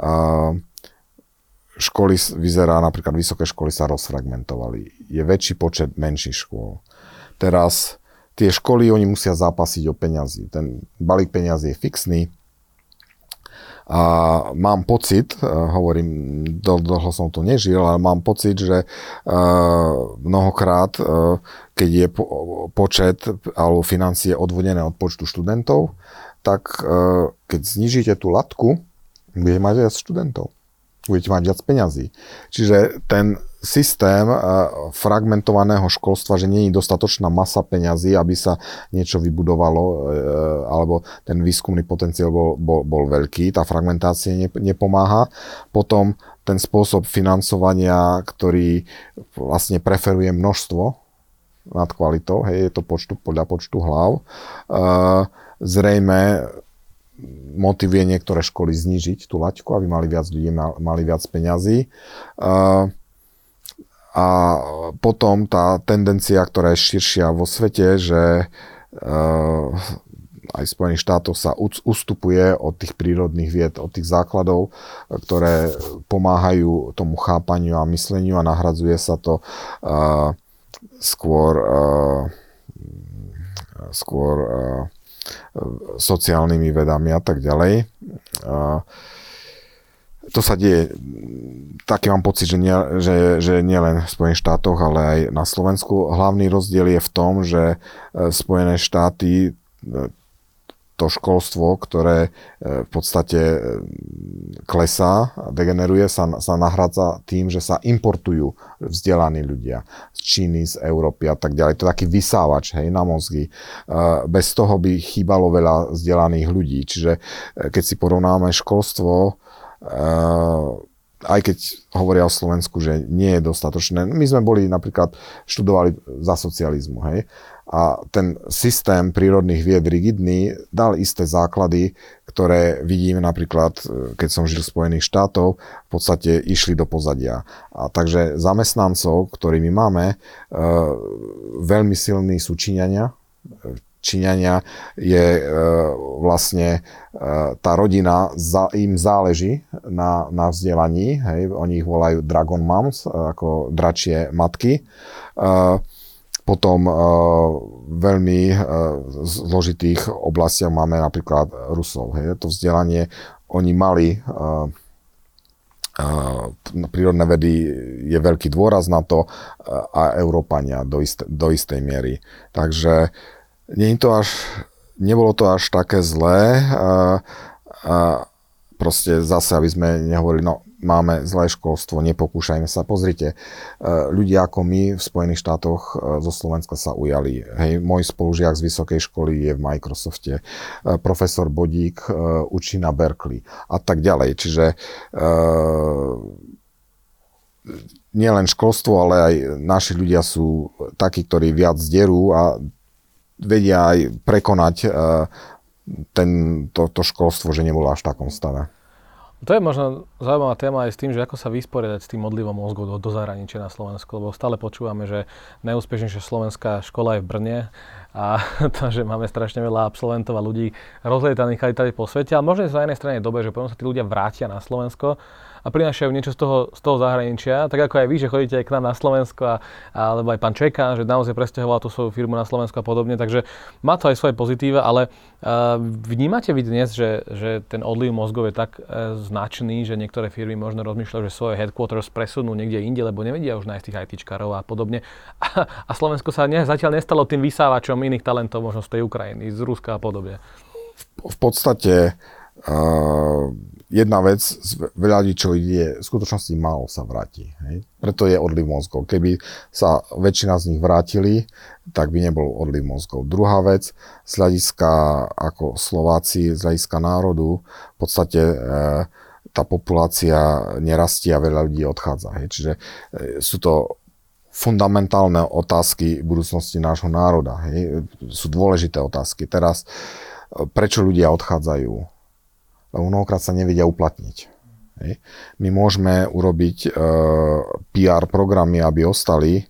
Školy vyzerá, napríklad vysoké školy sa rozfragmentovali. Je väčší počet menších škôl. Teraz tie školy, oni musia zápasiť o peňazí. Ten balík peňazí je fixný. A mám pocit, hovorím, dlho som to nežil, ale mám pocit, že mnohokrát, keď je počet alebo financie odvodené od počtu študentov, tak keď znižíte tú latku, budete mať viac študentov. Budete mať viac peňazí. Čiže ten systém fragmentovaného školstva, že nie je dostatočná masa peňazí, aby sa niečo vybudovalo, alebo ten výskumný potenciál bol, bol, bol veľký, tá fragmentácia nepomáha. Potom ten spôsob financovania, ktorý vlastne preferuje množstvo nad kvalitou, hej, je to počtu, podľa počtu hlav, zrejme motivuje niektoré školy znížiť tú laťku, aby mali viac ľudí, mali viac peňazí. A potom tá tendencia, ktorá je širšia vo svete, že aj v Spojených štátoch sa ustupuje od tých prírodných vied, od tých základov, ktoré pomáhajú tomu chápaniu a mysleniu a nahradzuje sa to skôr skôr sociálnymi vedami a tak ďalej. To sa deje, taký mám pocit, že nie, že, že nie len v Spojených štátoch, ale aj na Slovensku. Hlavný rozdiel je v tom, že Spojené štáty to školstvo, ktoré v podstate klesá, degeneruje, sa, sa nahrádza tým, že sa importujú vzdelaní ľudia z Číny, z Európy a tak ďalej. To je taký vysávač, hej, na mozgy. Bez toho by chýbalo veľa vzdelaných ľudí. Čiže keď si porovnáme školstvo, aj keď hovoria o Slovensku, že nie je dostatočné. My sme boli napríklad, študovali za socializmu, hej. A ten systém prírodných vied rigidný dal isté základy, ktoré vidíme napríklad, keď som žil v Spojených štátoch, v podstate išli do pozadia. A takže zamestnancov, ktorí my máme, e, veľmi silní sú Číňania. Číňania je e, vlastne e, tá rodina, za, im záleží na, na vzdelaní. Hej. Oni ich volajú Dragon Moms, ako dračie matky. E, Potom uh, veľmi uh, zložitých oblastiach máme napríklad Rusov. Hej. To vzdelanie, oni mali uh, uh, prírodné vedy, je veľký dôraz na to uh, a Európania do, ist, do istej miery. Takže nie je to až, nebolo to až také zlé. Uh, uh, proste zase, aby sme nehovorili, no máme zlé školstvo, nepokúšajme sa. Pozrite, ľudia ako my v Spojených štátoch zo Slovenska sa ujali. Hej, môj spolužiak z vysokej školy je v Microsofte, profesor Bodík učí na Berkeley a tak ďalej. Čiže nielen školstvo, ale aj naši ľudia sú takí, ktorí viac zderú a vedia aj prekonať ten, to, to školstvo, že nebolo až v takom stave. To je možno zaujímavá téma aj s tým, že ako sa vysporiadať s tým odlivom mozgov do, do zahraničia na Slovensku, lebo stále počúvame, že najúspešnejšia slovenská škola je v Brne a to, že máme strašne veľa absolventov a ľudí rozlietaných tady po svete, ale možno je na jednej strane dobre, že potom sa tí ľudia vrátia na Slovensko a a prinášajú niečo z toho, z toho zahraničia, tak ako aj vy, že chodíte aj k nám na Slovensko, a, alebo aj pán Čeka, že naozaj presťahoval tú svoju firmu na Slovensko a podobne, takže má to aj svoje pozitíva, ale uh, vnímate vy dnes, že, že ten odliv mozgov je tak uh, značný, že niektoré firmy možno rozmýšľajú, že svoje headquarters presunú niekde inde, lebo nevedia už nájsť tých ITčkarov a podobne. A, a Slovensko sa ne, zatiaľ nestalo tým vysávačom iných talentov možno z tej Ukrajiny, z Ruska a podobne. V, v podstate Uh, jedna vec, veľa ľudí, čo ide, v skutočnosti málo sa vráti. Hej? Preto je odliv mozgov. Keby sa väčšina z nich vrátili, tak by nebol odliv mozgov. Druhá vec, z hľadiska ako Slováci, z hľadiska národu, v podstate uh, tá populácia nerastie a veľa ľudí odchádza. Hej? Čiže uh, sú to fundamentálne otázky budúcnosti nášho národa. Hej? Sú dôležité otázky. Teraz, uh, prečo ľudia odchádzajú? Lebo mnohokrát sa nevedia uplatniť. Hej. My môžeme urobiť e, pé er programy, aby ostali. E,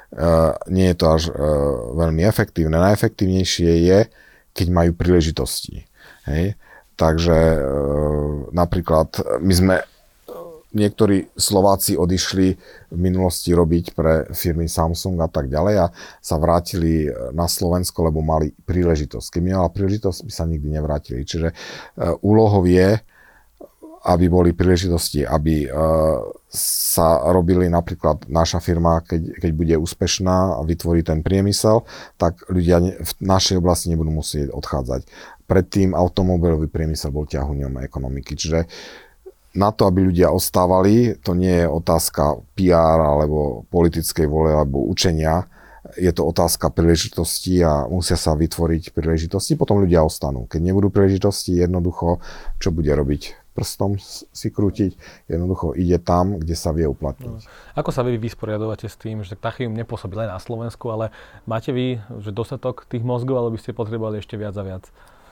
nie je to až e, veľmi efektívne. Najefektívnejšie je, keď majú príležitosti. Hej. Takže e, napríklad my sme, niektorí Slováci odišli v minulosti robiť pre firmy Samsung a tak ďalej a sa vrátili na Slovensko, lebo mali príležitosť. Keby mala príležitosť, by sa nikdy nevrátili. Čiže uh, úlohou je, aby boli príležitosti, aby uh, sa robili napríklad naša firma, keď, keď bude úspešná a vytvorí ten priemysel, tak ľudia v našej oblasti nebudú musieť odchádzať. Predtým automobilový priemysel bol ťahuňom ekonomiky. Čiže na to, aby ľudia ostávali, to nie je otázka pé er alebo politickej vôle alebo učenia. Je to otázka príležitosti a musia sa vytvoriť príležitosti, potom ľudia ostanú. Keď nebudú príležitosti, jednoducho, čo bude robiť? Prstom si krútiť, jednoducho ide tam, kde sa vie uplatniť. No. Ako sa vy vysporiadovate s tým, že Tachium nepôsobí len na Slovensku, ale máte vy že dostatok tých mozgov, alebo by ste potrebovali ešte viac a viac?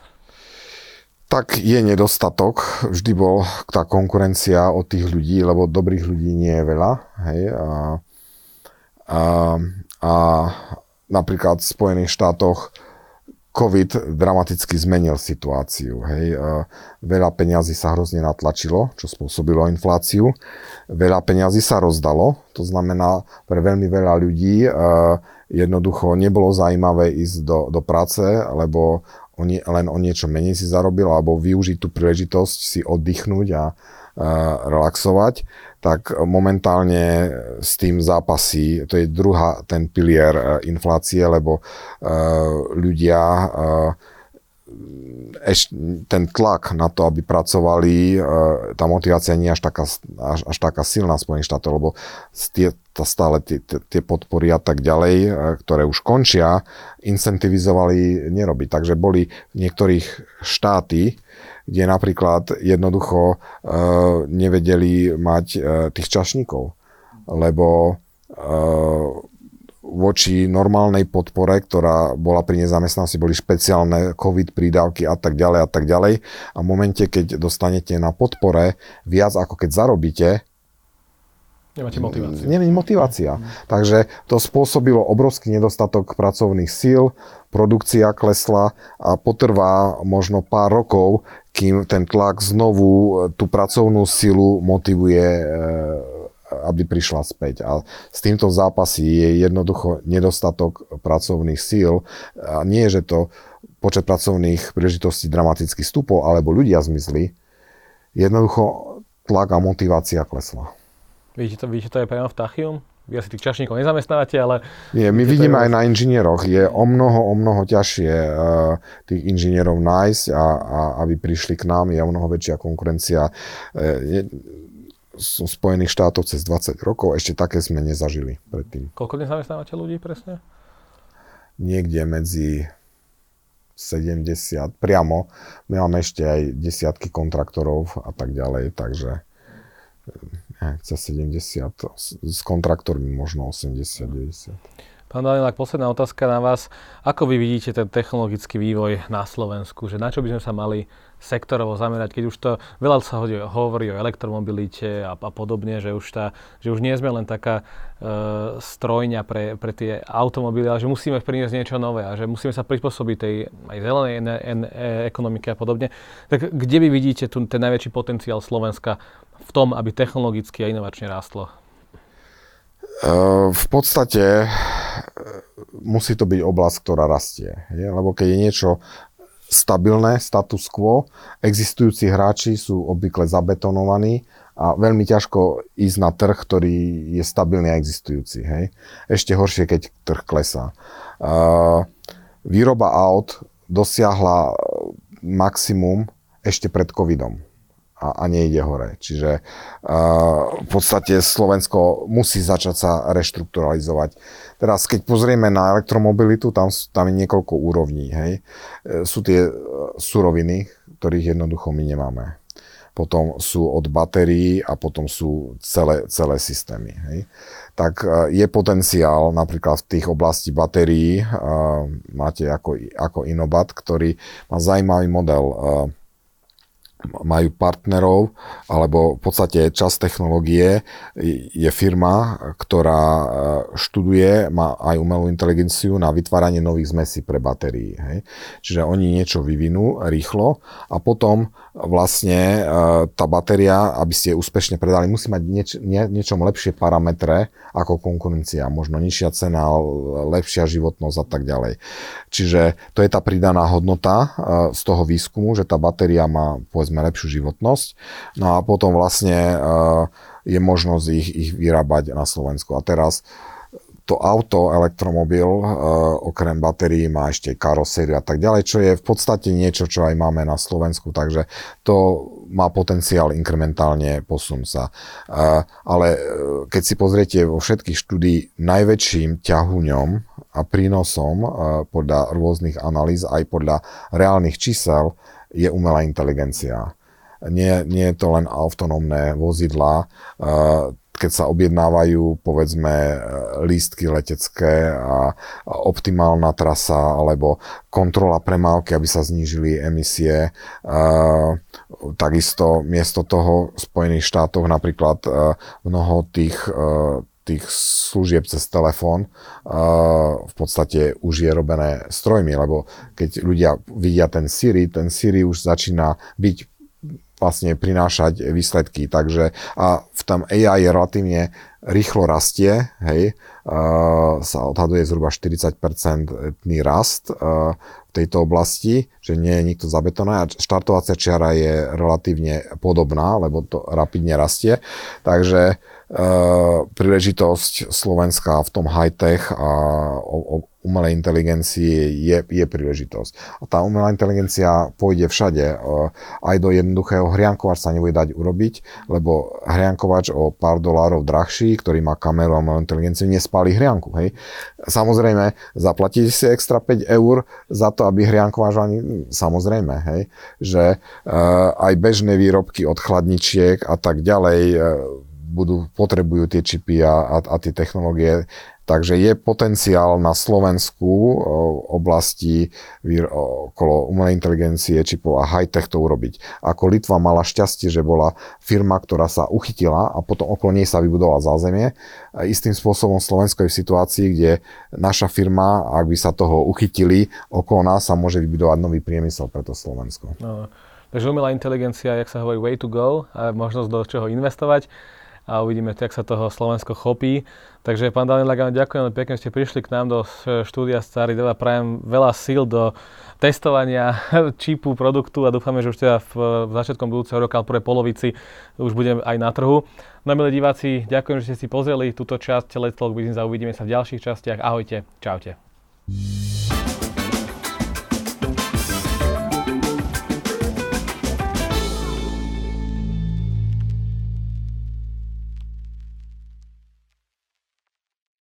Tak je nedostatok, vždy bol tá konkurencia od tých ľudí, lebo dobrých ľudí nie je veľa. Hej, a, a, a napríklad v Spojených štátoch COVID dramaticky zmenil situáciu. Hej. A veľa peňazí sa hrozne natlačilo, čo spôsobilo infláciu. Veľa peňazí sa rozdalo, to znamená pre veľmi veľa ľudí jednoducho nebolo zaujímavé ísť do, do práce, lebo O nie, len o niečo menej si zarobil, alebo využiť tú príležitosť si oddychnúť a, a relaxovať, tak momentálne s tým zápasí, to je druhá, ten pilier inflácie, lebo uh, ľudia uh, eš, ten tlak na to, aby pracovali, uh, tá motivácia nie je až taká, až, až taká silná v Spojených štátoch, lebo tie, tá stále tie, tie podpory a tak ďalej, uh, ktoré už končia, incentivizovali nerobiť. Takže boli v niektorých štáty, kde napríklad jednoducho uh, nevedeli mať uh, tých čašníkov, lebo uh, voči normálnej podpore, ktorá bola pri nezamestnanosti, boli špeciálne COVID prídavky a tak ďalej a tak ďalej. A v momente, keď dostanete na podpore viac ako keď zarobíte, nemáte motiváciu. Nemáte motivácia. Mm. Takže to spôsobilo obrovský nedostatok pracovných síl, produkcia klesla a potrvá možno pár rokov, kým ten tlak znovu tú pracovnú silu motivuje, aby prišla späť. A s týmto v zápasí je jednoducho nedostatok pracovných síl. A nie, že to počet pracovných príležitostí dramaticky stúpol, alebo ľudia zmizli. Jednoducho tlak a motivácia klesla. Vidíte to, vidíte to aj priamo v Tachium? Vy asi tých čašníkov nezamestnávate, ale... Nie, my vidíme aj na inžinieroch. Je o mnoho, o mnoho ťažšie uh, tých inžinierov nájsť a, a aby prišli k nám. Je o mnoho väčšia konkurencia. Uh, je, som v Spojených štátoch cez dvadsať rokov. Ešte také sme nezažili predtým. Koľko dnes zamestnávate ľudí presne? Niekde medzi sedemdesiat priamo. My máme ešte aj desiatky kontraktorov a tak ďalej, takže cez sedemdesiat, s kontraktormi možno osemdesiat deväťdesiat. Pán Danilák, posledná otázka na vás. Ako vy vidíte ten technologický vývoj na Slovensku? Že na čo by sme sa mali sektorovo zamerať, keď už to veľa sa hodí, hovorí o elektromobilite a, a podobne, že už, tá, že už nie sme len taká e, strojňa pre, pre tie automobily, ale že musíme priniesť niečo nové a že musíme sa prispôsobiť tej aj zelenej en, en, ekonomike a podobne. Tak kde vy vidíte tu, ten najväčší potenciál Slovenska v tom, aby technologicky a inovačne rástlo? V podstate musí to byť oblasť, ktorá rastie. Je? Lebo keď je niečo stabilné, status quo, existujúci hráči sú obvykle zabetonovaní a veľmi ťažko ísť na trh, ktorý je stabilný a existujúci. Hej? Ešte horšie, keď trh klesá. Výroba aut dosiahla maximum ešte pred covidom. A, a nejde hore. Čiže uh, v podstate Slovensko musí začať sa reštrukturalizovať. Teraz, keď pozrieme na elektromobilitu, tam, tam je niekoľko úrovní. Hej. Sú tie suroviny, ktorých jednoducho my nemáme. Potom sú od batérií a potom sú celé, celé systémy. Hej. Tak uh, je potenciál napríklad v tých oblasti batérií. Uh, máte ako, ako Inobat, ktorý má zaujímavý model. Uh, majú partnerov, alebo v podstate časť technológie je firma, ktorá študuje, má aj umelú inteligenciu na vytváranie nových zmesí pre batérií. Hej. Čiže oni niečo vyvinú rýchlo a potom vlastne tá batéria, aby ste ju úspešne predali, musí mať nieč, nie, niečom lepšie parametre ako konkurencia. Možno nižšia cena, lepšia životnosť a tak ďalej. Čiže to je tá pridaná hodnota z toho výskumu, že tá batéria má povedzme lepšiu životnosť. No a potom vlastne je možnosť ich, ich vyrábať na Slovensku. A teraz to auto, elektromobil, okrem batérií má ešte karosériu a tak ďalej, čo je v podstate niečo, čo aj máme na Slovensku, takže to má potenciál inkrementálne posunúť sa. Ale keď si pozriete vo všetkých štúdií, najväčším ťahuňom a prínosom podľa rôznych analýz, aj podľa reálnych čísel, je umelá inteligencia. Nie, nie je to len autonómne vozidlá, keď sa objednávajú, povedzme, lístky letecké a optimálna trasa alebo kontrola premávky, aby sa znížili emisie. Takisto miesto toho v Spojených štátoch napríklad mnoho tých tých služieb cez telefón v podstate už je robené strojmi, lebo keď ľudia vidia ten Siri, ten Siri už začína byť vlastne prinášať výsledky. Takže a v tom á í je relatívne rýchlo rastie, hej, uh, sa odhaduje zhruba štyridsať percent rast uh, v tejto oblasti, že nie je nikto zabetonovaný a štartovacia čiara je relatívne podobná, lebo to rapidne rastie. Takže uh, príležitosť Slovenska v tom high-tech a o, o umelej inteligencii je, je príležitosť. A tá umelá inteligencia pôjde všade. Aj do jednoduchého hriankovač sa nebude dať urobiť, lebo hriankovač o pár dolárov drahší, ktorý má kameru a umelú inteligenciu, nespálí hrianku. Hej. Samozrejme, zaplatíte si extra päť eur za to, aby hriankovač ani... Samozrejme, hej, že uh, aj bežné výrobky od chladničiek a tak ďalej uh, budú, potrebujú tie čipy a, a, a tie technológie. Takže je potenciál na Slovensku oblasti okolo umelej inteligencie, čipov a high-tech to urobiť. Ako Litva mala šťastie, že bola firma, ktorá sa uchytila a potom okolo nej sa vybudovala zázemie. Istým spôsobom Slovensko je v situácii, kde naša firma, ak by sa toho uchytili, okolo nás sa môže vybudovať nový priemysel pre to Slovensko. No, takže umelá inteligencia, jak sa hovorí, way to go, a možnosť do čoho investovať. A uvidíme, jak sa toho Slovensko chopí. Takže pán Danilák, ďakujem pekne, že ste prišli k nám do štúdia Scary Deva. Prajem veľa síl do testovania čipu, produktu a dúfame, že už teda v začiatkom budúceho roka, ale prvej polovici už budeme aj na trhu. No milí diváci, ďakujem, že ste si pozreli túto časť Let's Talk Business a uvidíme sa v ďalších častiach. Ahojte, čaute.